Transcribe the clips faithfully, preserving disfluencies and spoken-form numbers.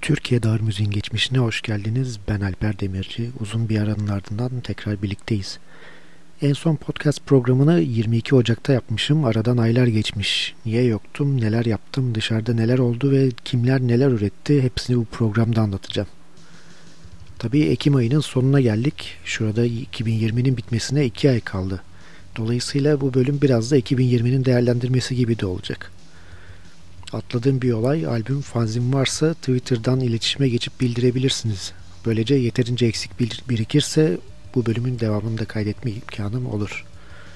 Türkiye Dağır Müziğin geçmişine hoş geldiniz. Ben Alper Demirci. Uzun bir aranın ardından tekrar birlikteyiz. En son podcast programını yirmi iki Ocak'ta yapmışım. Aradan aylar geçmiş. Niye yoktum, neler yaptım, dışarıda neler oldu ve kimler neler üretti hepsini bu programda anlatacağım. Tabii Ekim ayının sonuna geldik. Şurada iki bin yirminin bitmesine iki ay kaldı. Dolayısıyla bu bölüm biraz da iki bin yirminin değerlendirmesi gibi de olacak. Atladığım bir olay, albüm fanzin varsa Twitter'dan iletişime geçip bildirebilirsiniz. Böylece yeterince eksik birikirse bu bölümün devamını da kaydetme imkanım olur.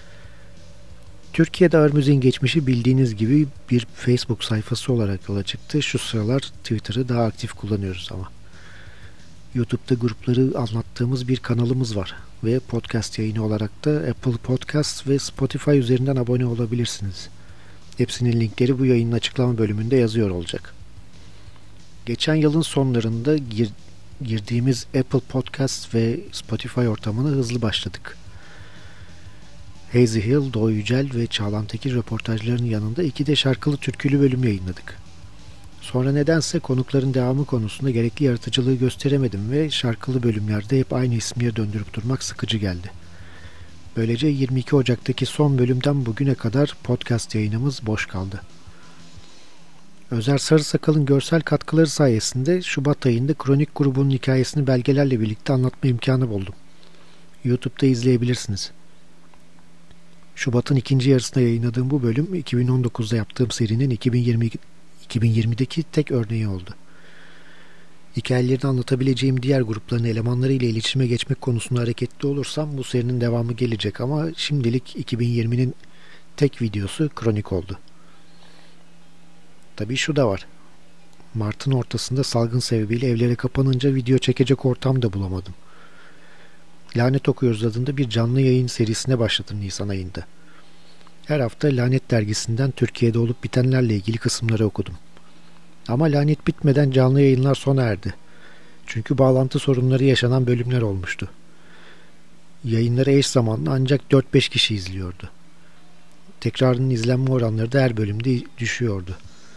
Türkiye'de ağır müziğin geçmişi bildiğiniz gibi bir Facebook sayfası olarak yola çıktı. Şu sıralar Twitter'ı daha aktif kullanıyoruz ama. YouTube'da grupları anlattığımız bir kanalımız var ve podcast yayını olarak da Apple Podcast ve Spotify üzerinden abone olabilirsiniz. Hepsinin linkleri bu yayının açıklama bölümünde yazıyor olacak. Geçen yılın sonlarında gir, girdiğimiz Apple Podcast ve Spotify ortamına hızlı başladık. Hazy Hill, Doğu Yücel ve Çağlan Tekin röportajlarının yanında iki de şarkılı türkülü bölüm yayınladık. Sonra nedense konukların devamı konusunda gerekli yaratıcılığı gösteremedim ve şarkılı bölümlerde hep aynı ismiye döndürüp durmak sıkıcı geldi. Böylece yirmi iki Ocak'taki son bölümden bugüne kadar podcast yayınımız boş kaldı. Özer Sarısakal'ın görsel katkıları sayesinde Şubat ayında Kronik grubunun hikayesini belgelerle birlikte anlatma imkanı buldum. YouTube'da izleyebilirsiniz. Şubat'ın ikinci yarısında yayınladığım bu bölüm iki bin on dokuzda yaptığım serinin iki bin yirmi, iki bin yirmideki tek örneği oldu. Hikayelerini anlatabileceğim diğer grupların elemanları ile iletişime geçmek konusunda hareketli olursam bu serinin devamı gelecek ama şimdilik iki bin yirminin tek videosu Kronik oldu. Tabii şu da var. Mart'ın ortasında salgın sebebiyle evlere kapanınca video çekecek ortam da bulamadım. Lanet Okuyoruz adında bir canlı yayın serisine başladım Nisan ayında. Her hafta Lanet dergisinden Türkiye'de olup bitenlerle ilgili kısımları okudum. Ama lanet bitmeden canlı yayınlar sona erdi. Çünkü bağlantı sorunları yaşanan bölümler olmuştu. Yayınları eş zamanlı ancak dört beş kişi izliyordu. Tekrarının izlenme oranları da her bölümde düşüyordu.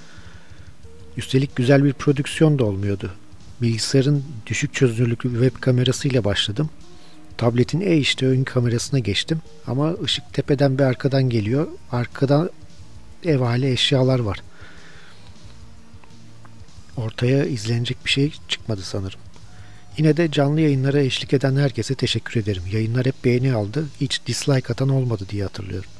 Üstelik güzel bir prodüksiyon da olmuyordu. Bilgisayarın düşük çözünürlüklü web kamerasıyla başladım. Tabletin E işte ön kamerasına geçtim. Ama ışık tepeden bir arkadan geliyor. Arkadan ev hali eşyalar var. Ortaya izlenecek bir şey çıkmadı sanırım. Yine de canlı yayınlara eşlik eden herkese teşekkür ederim. Yayınlar hep beğeni aldı. Hiç dislike atan olmadı diye hatırlıyorum.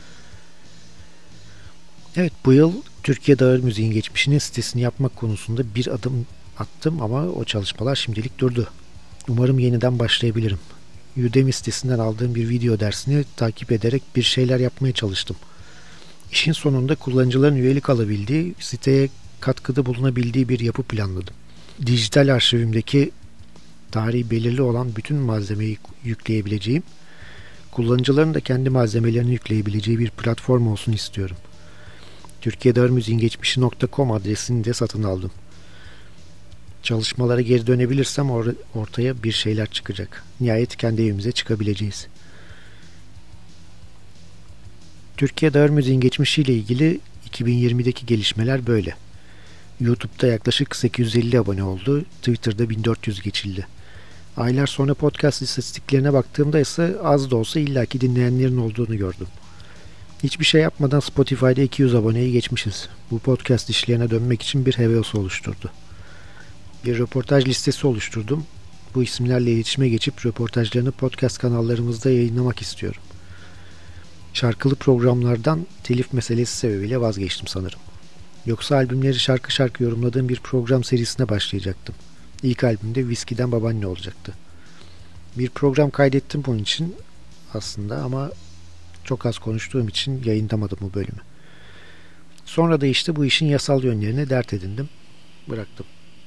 Evet, bu yıl Türkiye'de ağır müziğin geçmişinin sitesini yapmak konusunda bir adım attım ama o çalışmalar şimdilik durdu. Umarım yeniden başlayabilirim. Udemy sitesinden aldığım bir video dersini takip ederek bir şeyler yapmaya çalıştım. İşin sonunda kullanıcıların üyelik alabildiği, siteye katkıda bulunabildiği bir yapı planladım. Dijital arşivimdeki tarihi belirli olan bütün malzemeyi yükleyebileceğim, kullanıcıların da kendi malzemelerini yükleyebileceği bir platform olsun istiyorum. Türkiye'de ağır müziğin geçmişi nokta com adresini de satın aldım. Çalışmalara geri dönebilirsem or- ortaya bir şeyler çıkacak. Nihayet kendi evimize çıkabileceğiz. Türkiye'de ağır müziğin geçmişiyle ilgili iki bin yirmideki gelişmeler böyle. YouTube'da yaklaşık sekiz yüz elli abone oldu. Twitter'da bin dört yüz geçildi. Aylar sonra podcast istatistiklerine baktığımda ise az da olsa illaki dinleyenlerin olduğunu gördüm. Hiçbir şey yapmadan Spotify'da iki yüz aboneyi geçmişiz. Bu podcast işlerine dönmek için bir heves oluşturdu. Bir röportaj listesi oluşturdum. Bu isimlerle iletişime geçip röportajlarını podcast kanallarımızda yayınlamak istiyorum. Şarkılı programlardan telif meselesi sebebiyle vazgeçtim sanırım. Yoksa albümleri şarkı şarkı yorumladığım bir program serisine başlayacaktım. İlk albümde Whiskey'den Babaanne olacaktı. Bir program kaydettim bunun için aslında ama çok az konuştuğum için yayınlamadım bu bölümü. Sonra da işte bu işin yasal yönlerine dert edindim. Bıraktım.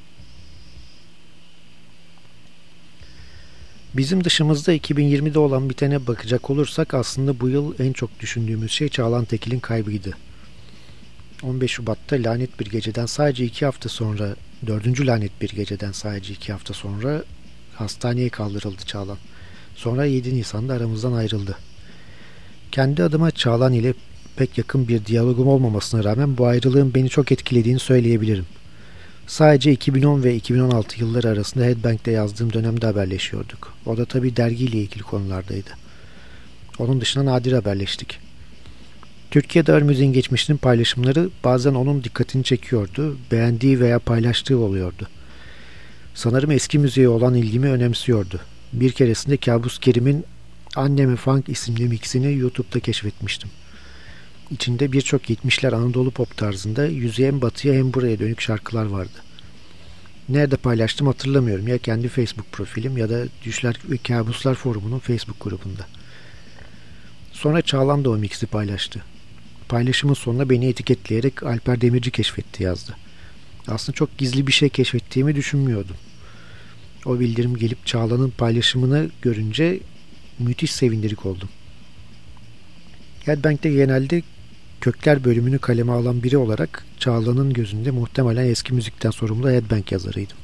Bizim dışımızda iki bin yirmide olan bitene bakacak olursak aslında bu yıl en çok düşündüğümüz şey Çağlan Tekin'in kaybıydı. on beş Şubat'ta Lanet Bir Gece'den sadece iki hafta sonra, dördüncü Lanet Bir Gece'den sadece iki hafta sonra hastaneye kaldırıldı Çağlan. Sonra yedi Nisan'da aramızdan ayrıldı. Kendi adıma Çağlan ile pek yakın bir diyalogum olmamasına rağmen bu ayrılığın beni çok etkilediğini söyleyebilirim. Sadece iki bin on ve iki bin on altı yılları arasında Headbang'de yazdığım dönemde haberleşiyorduk. O da tabii dergiyle ilgili konulardaydı. Onun dışında nadir haberleştik. Türkiye'de ağır müziğin geçmişinin paylaşımları bazen onun dikkatini çekiyordu, beğendiği veya paylaştığı oluyordu. Sanırım eski müziğe olan ilgimi önemsiyordu. Bir keresinde Kabus Kerim'in Annemi Funk isimli mixini YouTube'da keşfetmiştim. İçinde birçok yetmişler Anadolu pop tarzında yüzeye hem batıya hem buraya dönük şarkılar vardı. Nerede paylaştım hatırlamıyorum. Ya kendi Facebook profilim ya da Düşler ve Kabuslar forumunun Facebook grubunda. Sonra Çağlan da o mixi paylaştı. Paylaşımın sonuna beni etiketleyerek Alper Demirci keşfetti yazdı. Aslında çok gizli bir şey keşfettiğimi düşünmüyordum. O bildirim gelip Çağlan'ın paylaşımını görünce müthiş sevindirik oldum. Headbang'de genelde kökler bölümünü kaleme alan biri olarak Çağlan'ın gözünde muhtemelen eski müzikten sorumlu Headbang yazarıydım.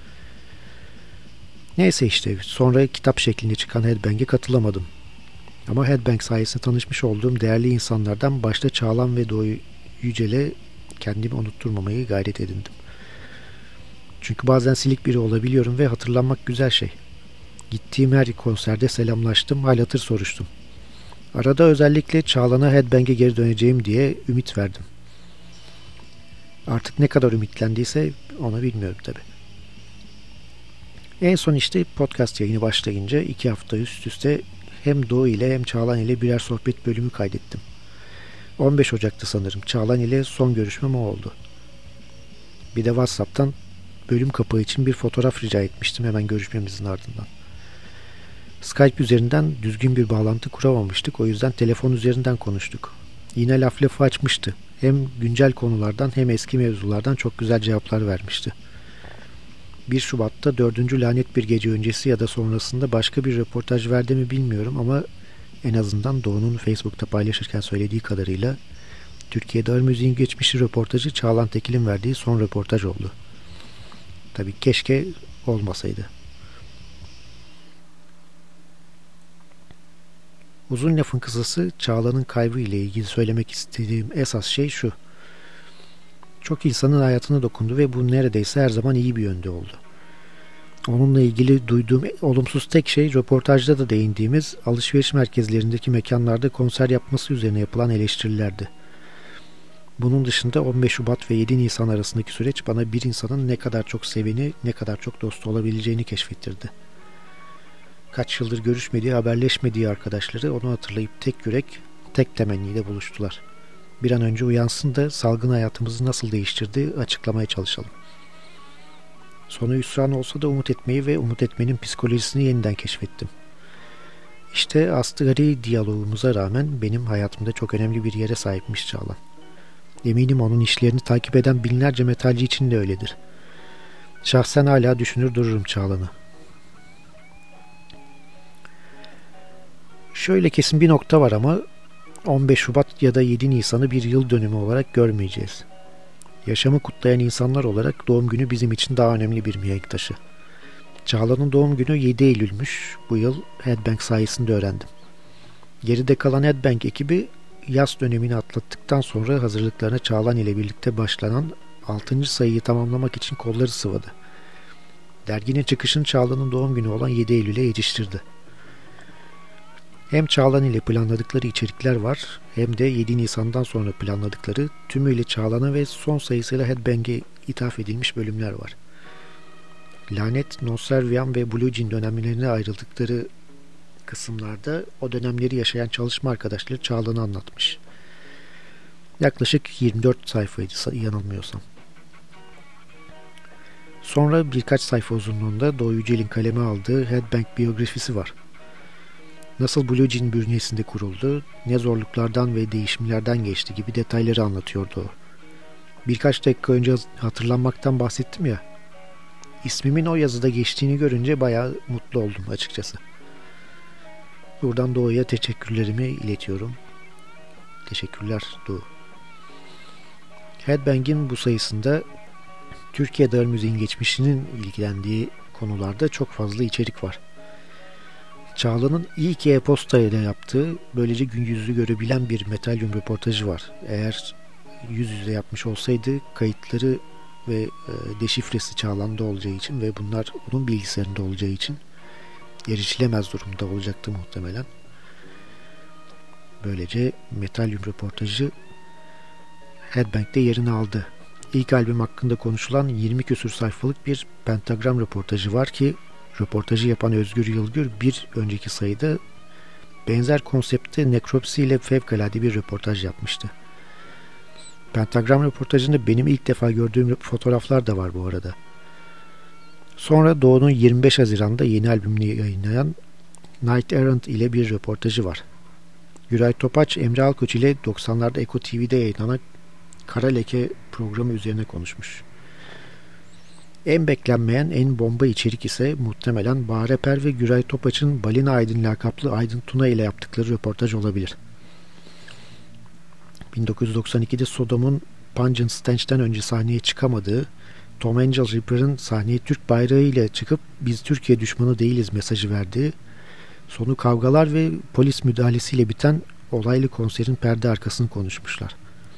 Neyse işte sonra kitap şeklinde çıkan Headbang'e katılamadım. Ama Headbang sayesinde tanışmış olduğum değerli insanlardan başta Çağlan ve Doğu Yücel'e kendimi unutturmamayı gayret edindim. Çünkü bazen silik biri olabiliyorum ve hatırlanmak güzel şey. Gittiğim her konserde selamlaştım, hal hatır soruştum. Arada özellikle Çağlan'a Headbang'e geri döneceğim diye ümit verdim. Artık ne kadar ümitlendiyse onu bilmiyorum tabi. En son işte podcast yayını başlayınca iki hafta üst üste hem Doğu ile hem Çağlan ile birer sohbet bölümü kaydettim. on beş Ocak'ta sanırım Çağlan ile son görüşmem o oldu. Bir de WhatsApp'tan bölüm kapağı için bir fotoğraf rica etmiştim hemen görüşmemizin ardından. Skype üzerinden düzgün bir bağlantı kuramamıştık. O yüzden telefon üzerinden konuştuk. Yine laf lafı açmıştı. Hem güncel konulardan hem eski mevzulardan çok güzel cevaplar vermişti. bir Şubat'ta dördüncü lanet bir gece öncesi ya da sonrasında başka bir röportaj verdi mi bilmiyorum ama en azından Doğu'nun Facebook'ta paylaşırken söylediği kadarıyla Türkiye'de ağır müziğin geçmişi röportajı Çağlan Tekin'in verdiği son röportaj oldu. Tabii keşke olmasaydı. Uzun lafın kısası Çağlan'ın kaybı ile ilgili söylemek istediğim esas şey şu. Çok insanın hayatına dokundu ve bu neredeyse her zaman iyi bir yönde oldu. Onunla ilgili duyduğum olumsuz tek şey röportajda da değindiğimiz alışveriş merkezlerindeki mekanlarda konser yapması üzerine yapılan eleştirilerdi. Bunun dışında on beş Şubat ve yedi Nisan arasındaki süreç bana bir insanın ne kadar çok seveni, ne kadar çok dostu olabileceğini keşfettirdi. Kaç yıldır görüşmediği, haberleşmediği arkadaşları onu hatırlayıp tek yürek, tek temenniyle buluştular. Bir an önce uyansın da salgın hayatımızı nasıl değiştirdi açıklamaya çalışalım. Sonu hüsran olsa da umut etmeyi ve umut etmenin psikolojisini yeniden keşfettim. İşte asgari diyalogumuza rağmen benim hayatımda çok önemli bir yere sahipmiş Çağlan. Eminim onun işlerini takip eden binlerce metalci için de öyledir. Şahsen hala düşünür dururum Çağlan'ı. Şöyle kesin bir nokta var ama on beş Şubat ya da yedi Nisan'ı bir yıl dönümü olarak görmeyeceğiz. Yaşamı kutlayan insanlar olarak doğum günü bizim için daha önemli bir mihenk taşı. Çağlan'ın doğum günü yedi Eylül'müş. Bu yıl Headbang sayesinde öğrendim. Geride kalan Headbang ekibi yaz dönemini atlattıktan sonra hazırlıklarına Çağlan ile birlikte başlanan altıncı sayıyı tamamlamak için kolları sıvadı. Derginin çıkışını Çağlan'ın doğum günü olan yedi Eylül'e yetiştirdi. Hem Çağlan ile planladıkları içerikler var hem de yedi Nisan'dan sonra planladıkları tümüyle Çağlan'a ve son sayısıyla Headbang'e ithaf edilmiş bölümler var. Lanet, Noservian ve Blue Jean dönemlerine ayrıldıkları kısımlarda o dönemleri yaşayan çalışma arkadaşları Çağlan'ı anlatmış. Yaklaşık yirmi dört sayfaydı yanılmıyorsam. Sonra birkaç sayfa uzunluğunda Doğu Yücel'in kaleme aldığı Headbang biyografisi var. Nasıl Blue Jean bünyesinde kuruldu, ne zorluklardan ve değişimlerden geçti gibi detayları anlatıyordu o. Birkaç dakika önce hatırlanmaktan bahsettim ya, ismimin o yazıda geçtiğini görünce bayağı mutlu oldum açıkçası. Buradan Doğu'ya teşekkürlerimi iletiyorum. Teşekkürler Doğu. Headbang'in bu sayısında Türkiye'de ağır müziğin geçmişinin ilgilendiği konularda çok fazla içerik var. Çağlan'ın iyi ki e-posta ile yaptığı böylece gün yüzü görebilen bir Metalium röportajı var. Eğer yüz yüze yapmış olsaydı kayıtları ve e, deşifresi Çağlan'da olacağı için ve bunlar onun bilgisayarında olacağı için erişilemez durumda olacaktı muhtemelen. Böylece Metalyum röportajı Headbang'de yerini aldı. İlk albüm hakkında konuşulan yirmi küsur sayfalık bir Pentagram röportajı var ki röportajı yapan Özgür Yılgür bir önceki sayıda benzer konseptte Necropsy ile fevkalade bir röportaj yapmıştı. Pentagram röportajında benim ilk defa gördüğüm fotoğraflar da var bu arada. Sonra Doğu'nun yirmi beş Haziran'da yeni albümünü yayınlayan Night Errant ile bir röportajı var. Güray Topaç, Emre Alkoç ile doksanlarda Eko T V'de yayınlanan Kara Leke programı üzerine konuşmuş. En beklenmeyen, en bomba içerik ise muhtemelen Bahar Eper ve Güray Topaç'ın Balina Aydın lakaplı Aydın Tuna ile yaptıkları röportaj olabilir. bin dokuz yüz doksan ikide Sodom'un Pungent Stench'ten önce sahneye çıkamadığı, Tom Angel Reaper'ın sahneye Türk bayrağı ile çıkıp biz Türkiye düşmanı değiliz mesajı verdiği, sonu kavgalar ve polis müdahalesiyle biten olaylı konserin perde arkasını konuşmuşlar.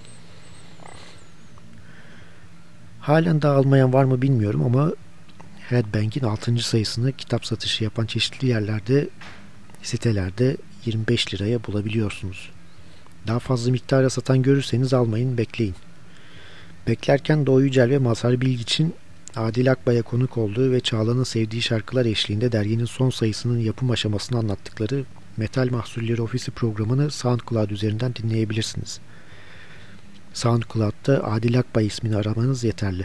Halen daha almayan var mı bilmiyorum ama Headbang'in altıncı sayısını kitap satışı yapan çeşitli yerlerde, sitelerde yirmi beş liraya bulabiliyorsunuz. Daha fazla miktara satan görürseniz almayın, bekleyin. Beklerken Doğu Yücel ve Mazhar Bilgiç'in Adil Akbay'a konuk olduğu ve Çağla'nın sevdiği şarkılar eşliğinde derginin son sayısının yapım aşamasını anlattıkları Metal Mahsulleri Ofisi programını SoundCloud üzerinden dinleyebilirsiniz. SoundCloud'da Adil Akbay ismini aramanız yeterli.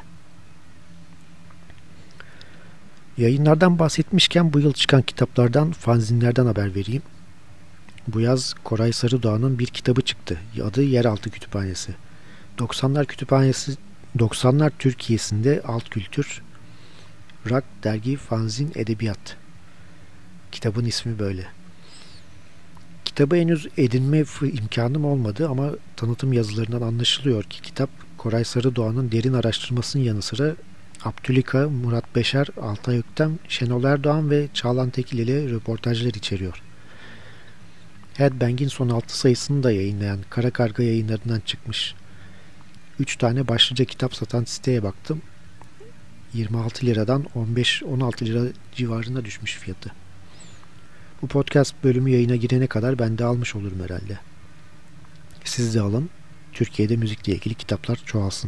Yayınlardan bahsetmişken bu yıl çıkan kitaplardan, fanzinlerden haber vereyim. Bu yaz Koray Sarıdoğan'ın bir kitabı çıktı. Adı Yeraltı Kütüphanesi. doksanlar kütüphanesi doksanlar Türkiye'sinde alt kültür, rock, dergi, fanzin, edebiyat. Kitabın ismi böyle. Kitabı henüz edinme imkanım olmadı ama tanıtım yazılarından anlaşılıyor ki kitap Koray Sarıdoğan'ın derin araştırmasının yanı sıra Abdülika, Murat Beşer, Altay Öktem, Şenol Erdoğan ve Çağlan Tekil ile röportajlar içeriyor. Headbang'in son altı sayısını da yayınlayan Kara Karga yayınlarından çıkmış. üç tane başlıca kitap satan siteye baktım. yirmi altı liradan on beş on altı lira civarına düşmüş fiyatı. Bu podcast bölümü yayına girene kadar ben de almış olurum herhalde. Siz de alın. Türkiye'de müzikle ilgili kitaplar çoğalsın.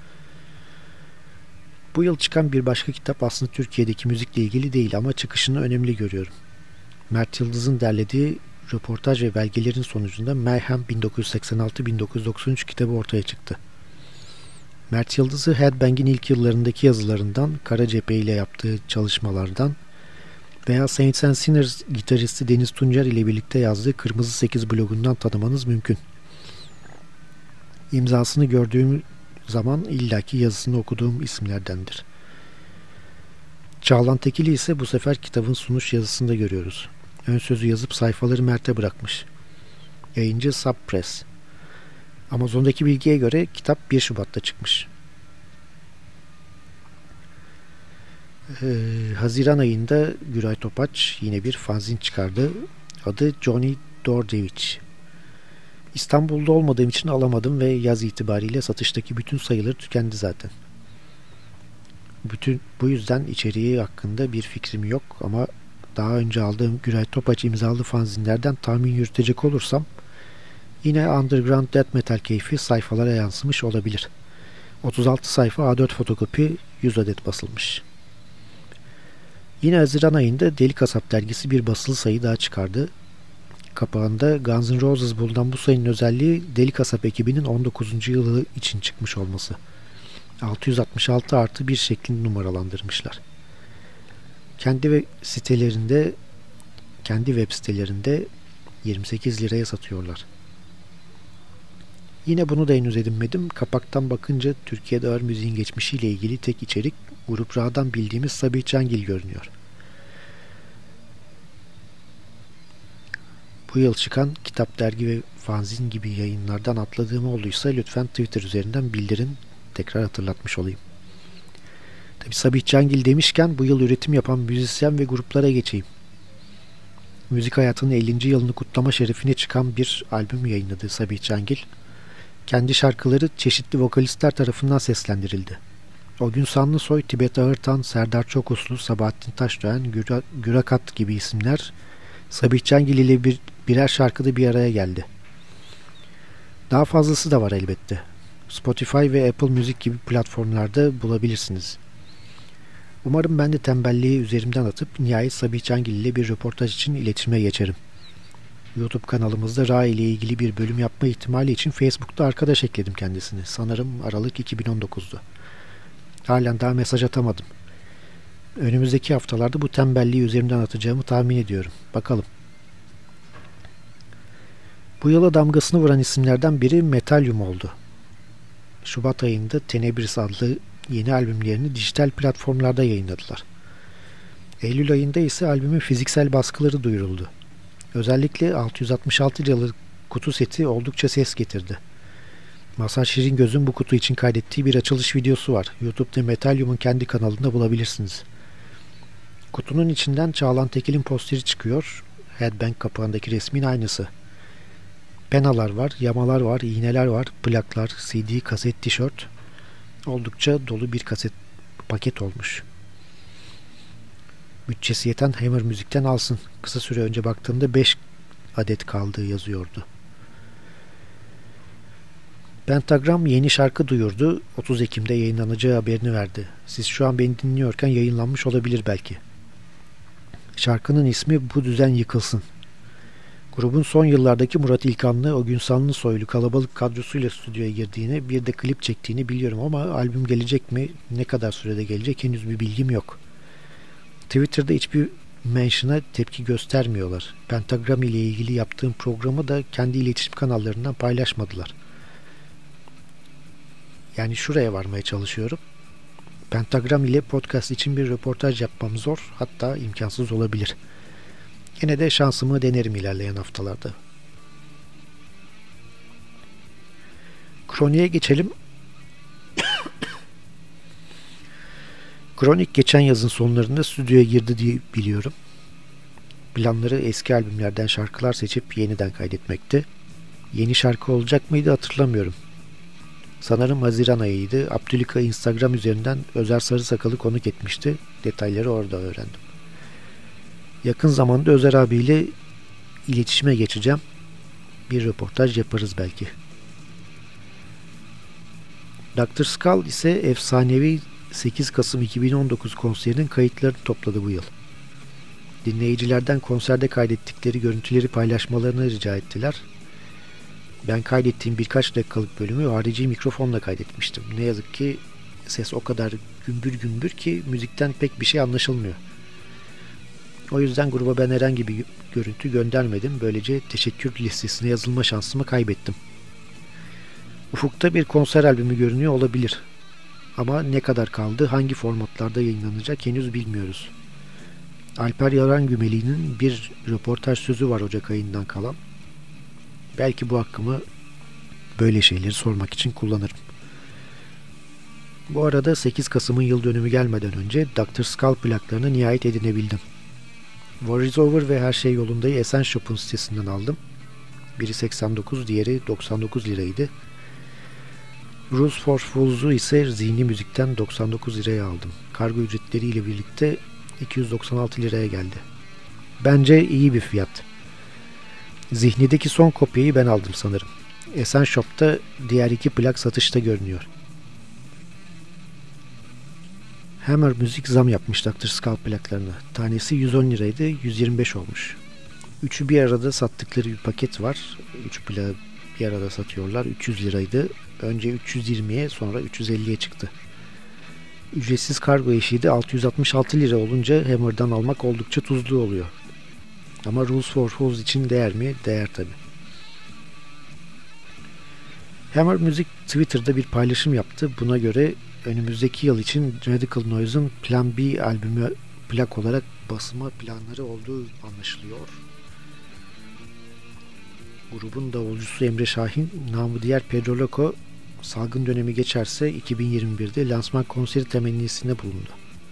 Bu yıl çıkan bir başka kitap aslında Türkiye'deki müzikle ilgili değil ama çıkışını önemli görüyorum. Mert Yıldız'ın derlediği röportaj ve belgelerin sonucunda Mayhem bin dokuz yüz seksen altı bin dokuz yüz doksan üç kitabı ortaya çıktı. Mert Yıldız'ı Headbang'in ilk yıllarındaki yazılarından, Kara Cephe ile yaptığı çalışmalardan veya Saints and Sinners gitaristi Deniz Tuncer ile birlikte yazdığı Kırmızı Sekiz blogundan tanımanız mümkün. İmzasını gördüğüm zaman illaki yazısını okuduğum isimlerdendir. Çağlan Tekil'i ise bu sefer kitabın sunuş yazısında görüyoruz. Ön sözü yazıp sayfaları Mert'e bırakmış. Yayıncı Subpress. Amazon'daki bilgiye göre kitap bir Şubat'ta çıkmış. Ee, Haziran ayında Güray Topaç yine bir fanzin çıkardı. Adı Johnny Dordevich. İstanbul'da olmadığım için alamadım ve yaz itibariyle satıştaki bütün sayıları tükendi zaten. Bütün bu yüzden içeriği hakkında bir fikrim yok ama daha önce aldığım Güray Topaç imzalı fanzinlerden tahmin yürütecek olursam yine Underground Death Metal keyfi sayfalara yansımış olabilir. otuz altı sayfa A dört fotokopi, yüz adet basılmış. Yine Haziran ayında Deli Kasap dergisi bir basılı sayı daha çıkardı. Kapağında Guns N' Roses bulunan bu sayının özelliği Deli Kasap ekibinin on dokuzuncu yılı için çıkmış olması. altı yüz altmış altı artı bir şeklinde numaralandırmışlar. Kendi ve sitelerinde kendi web sitelerinde yirmi sekiz liraya satıyorlar. Yine bunu da henüz edinmedim. Kapaktan bakınca Türkiye'de ağır müziğin geçmişiyle ilgili tek içerik Grup Ra'dan bildiğimiz Sabih Cangil görünüyor. Bu yıl çıkan kitap, dergi ve fanzin gibi yayınlardan atladığım olduysa lütfen Twitter üzerinden bildirin. Tekrar hatırlatmış olayım. Tabi Sabih Cangil demişken bu yıl üretim yapan müzisyen ve gruplara geçeyim. Müzik hayatının ellinci yılını kutlama şerefine çıkan bir albüm yayınladı Sabih Cangil. Kendi şarkıları çeşitli vokalistler tarafından seslendirildi. O gün Sanlısoy, Tibet Ağırtan, Serdar Çokoslu, Sabahattin Taşdöğen, Güra, Gürakat gibi isimler Sabih Cangil ile bir, birer şarkıda bir araya geldi. Daha fazlası da var elbette. Spotify ve Apple Music gibi platformlarda bulabilirsiniz. Umarım ben de tembelliği üzerimden atıp nihayet Sabih Cangil ile bir röportaj için iletişime geçerim. YouTube kanalımızda Ra ile ilgili bir bölüm yapma ihtimali için Facebook'ta arkadaş ekledim kendisini. Sanırım Aralık iki bin on dokuz'du. Halen daha mesaj atamadım. Önümüzdeki haftalarda bu tembelliği üzerimden atacağımı tahmin ediyorum. Bakalım. Bu yıla damgasını vuran isimlerden biri Metalium oldu. Şubat ayında Tenebris adlı yeni albümlerini dijital platformlarda yayınladılar. Eylül ayında ise albümün fiziksel baskıları duyuruldu. Özellikle altı yüz altmış altı liralık kutu seti oldukça ses getirdi. Mazhar Şiringöz'ün bu kutu için kaydettiği bir açılış videosu var. YouTube'da Metalium'un kendi kanalında bulabilirsiniz. Kutunun içinden Çağlan Tekel'in posteri çıkıyor. Headbang kapağındaki resmin aynısı. Penalar var, yamalar var, iğneler var, plaklar, C D, kaset, tişört. Oldukça dolu bir kaset paket olmuş. Bütçesi yeten Hammer Müzik'ten alsın. Kısa süre önce baktığımda beş adet kaldığı yazıyordu. Pentagram yeni şarkı duyurdu. otuz Ekim'de yayınlanacağı haberini verdi. Siz şu an beni dinliyorken yayınlanmış olabilir belki. Şarkının ismi Bu Düzen Yıkılsın. Grubun son yıllardaki Murat İlkanlı, o gün Sanlısoylu kalabalık kadrosuyla stüdyoya girdiğini, bir de klip çektiğini biliyorum ama albüm gelecek mi, ne kadar sürede gelecek henüz bir bilgim yok. Twitter'da hiçbir mention'a tepki göstermiyorlar. Pentagram ile ilgili yaptığım programı da kendi iletişim kanallarından paylaşmadılar. Yani şuraya varmaya çalışıyorum. Pentagram ile podcast için bir röportaj yapmam zor, hatta imkansız olabilir. Yine de şansımı denerim ilerleyen haftalarda. Kronik'e geçelim. Kronik geçen yazın sonlarında stüdyoya girdi diye biliyorum. Planları eski albümlerden şarkılar seçip yeniden kaydetmekti. Yeni şarkı olacak mıydı hatırlamıyorum. Sanırım Haziran ayıydı. Abdülika Instagram üzerinden Özer Sarısakalı konuk etmişti. Detayları orada öğrendim. Yakın zamanda Özer abiyle iletişime geçeceğim. Bir röportaj yaparız belki. doktor Skull ise efsanevi sekiz Kasım iki bin on dokuz konserinin kayıtlarını topladı bu yıl. Dinleyicilerden konserde kaydettikleri görüntüleri paylaşmalarını rica ettiler. Ben kaydettiğim birkaç dakikalık bölümü harici mikrofonla kaydetmiştim. Ne yazık ki ses o kadar gümbür gümbür ki müzikten pek bir şey anlaşılmıyor. O yüzden gruba ben herhangi bir görüntü göndermedim. Böylece teşekkür listesine yazılma şansımı kaybettim. Ufukta bir konser albümü görünüyor olabilir. Ama ne kadar kaldı, hangi formatlarda yayınlanacak henüz bilmiyoruz. Alper Yaran Gümeli'nin bir röportaj sözü var Ocak ayından kalan. Belki bu hakkımı böyle şeyleri sormak için kullanırım. Bu arada sekiz Kasım'ın yıl dönümü gelmeden önce doktor Skull plaklarını nihayet edinebildim. War is Over ve Her Şey Yolunda'yı Esen Shop'un sitesinden aldım. Biri seksen dokuz, diğeri doksan dokuz liraydı. Rules for Fools'u ise Zihni Müzik'ten doksan dokuz liraya aldım. Kargo ücretleriyle birlikte iki yüz doksan altı liraya geldi. Bence iyi bir fiyat. Zihni'deki son kopyayı ben aldım sanırım. Esen Shop'ta diğer iki plak satışta görünüyor. Hammer Müzik zam yapmış doktor Skull plaklarına. Tanesi yüz on liraydı, yüz yirmi beş olmuş. Üçü bir arada sattıkları bir paket var. Üç plağı bir arada satıyorlar. üç yüz liraydı. Önce üç yüz yirmiye, sonra üç yüz elliye çıktı. Ücretsiz kargo eşiği de altı yüz altmış altı lira olunca Hammer'dan almak oldukça tuzlu oluyor. Ama Rules for Fools için değer mi? Değer tabi. Hammer Müzik Twitter'da bir paylaşım yaptı. Buna göre önümüzdeki yıl için Radical Noise'un Plan B albümü plak olarak basma planları olduğu anlaşılıyor. Grubun davulcusu Emre Şahin, namı diğer Pedro Loco, salgın dönemi geçerse iki bin yirmi birde lansman konseri temennisinde bulundu.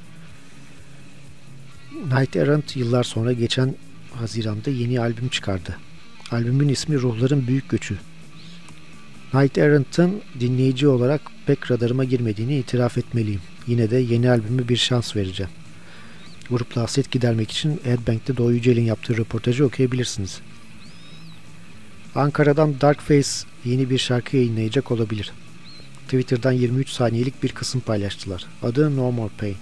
Night Errant yıllar sonra geçen Haziran'da yeni albüm çıkardı. Albümün ismi Ruhların Büyük Göçü. Night Errant'ın dinleyici olarak pek radarıma girmediğini itiraf etmeliyim. Yine de yeni albümü bir şans vereceğim. Grupla hasret gidermek için Headbang'de Doğu Yücel'in yaptığı röportajı okuyabilirsiniz. Ankara'dan Darkface yeni bir şarkı yayınlayacak olabilir. Twitter'dan yirmi üç saniyelik bir kısım paylaştılar. Adı No More Pain.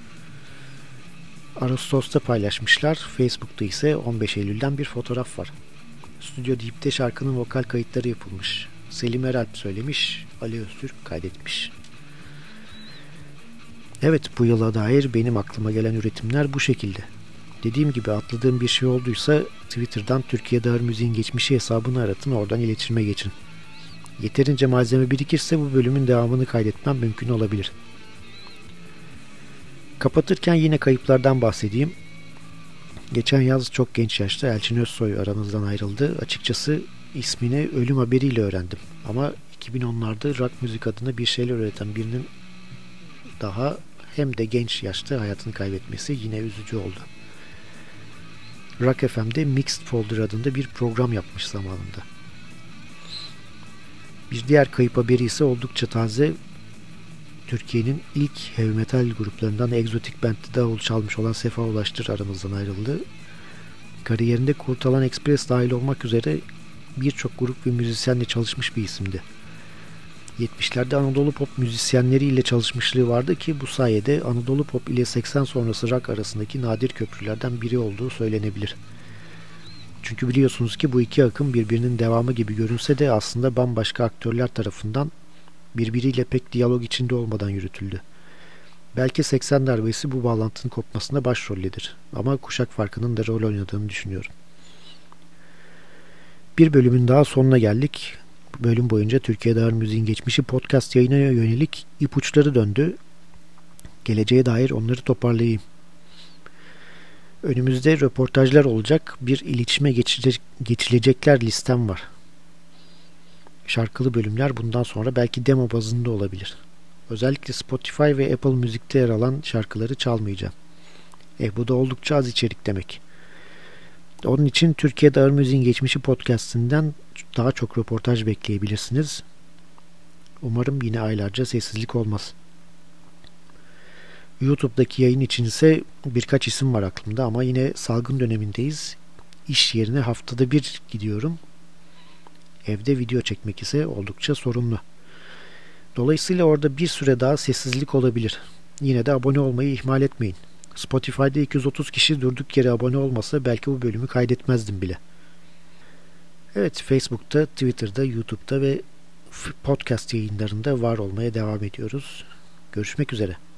Ağustos'ta paylaşmışlar. Facebook'ta ise on beş Eylül'den bir fotoğraf var. Stüdyo Deep'te şarkının vokal kayıtları yapılmış. Selim Eralp söylemiş, Ali Öztürk kaydetmiş. Evet, bu yıla dair benim aklıma gelen üretimler bu şekilde. Dediğim gibi atladığım bir şey olduysa Twitter'dan Türkiye'de Ağır Müziğin Geçmişi hesabını aratın, oradan iletişime geçin. Yeterince malzeme birikirse bu bölümün devamını kaydetmem mümkün olabilir. Kapatırken yine kayıplardan bahsedeyim. Geçen yaz çok genç yaşta Elçin Özsoy aramızdan ayrıldı. Açıkçası ismini ölüm haberiyle öğrendim. Ama iki bin onlarda rock müzik adına bir şeyler üreten birinin daha hem de genç yaşta hayatını kaybetmesi yine üzücü oldu. Rock F M'de Mixed Folder adında bir program yapmış zamanında. Bir diğer kayıp haberi ise oldukça taze. Türkiye'nin ilk heavy metal gruplarından Exotic Band'de davul çalmış olan Sefa Ulaştır aramızdan ayrıldı. Kariyerinde Kurtalan Express dahil olmak üzere birçok grup ve müzisyenle çalışmış bir isimdi. yetmişlerde Anadolu Pop müzisyenleriyle çalışmışlığı vardı ki bu sayede Anadolu Pop ile seksen sonrası rock arasındaki nadir köprülerden biri olduğu söylenebilir. Çünkü biliyorsunuz ki bu iki akım birbirinin devamı gibi görünse de aslında bambaşka aktörler tarafından birbiriyle pek diyalog içinde olmadan yürütüldü. Belki seksen darbesi bu bağlantının kopmasında başrolledir ama kuşak farkının da rol oynadığını düşünüyorum. Bir bölümün daha sonuna geldik. Bu bölüm boyunca Türkiye'de Ağır Müziğin Geçmişi podcast yayına yönelik ipuçları döndü. Geleceğe dair onları toparlayayım. Önümüzde röportajlar olacak, bir iletişime geçilecek, geçilecekler listem var. Şarkılı bölümler bundan sonra belki demo bazında olabilir. Özellikle Spotify ve Apple Müzik'te yer alan şarkıları çalmayacağım. E bu da oldukça az içerik demek. Onun için Türkiye'de Ağır Müziğin Geçmişi podcast'inden daha çok röportaj bekleyebilirsiniz. Umarım yine aylarca sessizlik olmaz. YouTube'daki yayın için ise birkaç isim var aklımda ama yine salgın dönemindeyiz. İş yerine haftada bir gidiyorum. Evde video çekmek ise oldukça sorunlu. Dolayısıyla orada bir süre daha sessizlik olabilir. Yine de abone olmayı ihmal etmeyin. Spotify'da iki yüz otuz kişi durduk yere abone olmasa belki bu bölümü kaydetmezdim bile. Evet, Facebook'ta, Twitter'da, YouTube'da ve podcast yayınlarında var olmaya devam ediyoruz. Görüşmek üzere.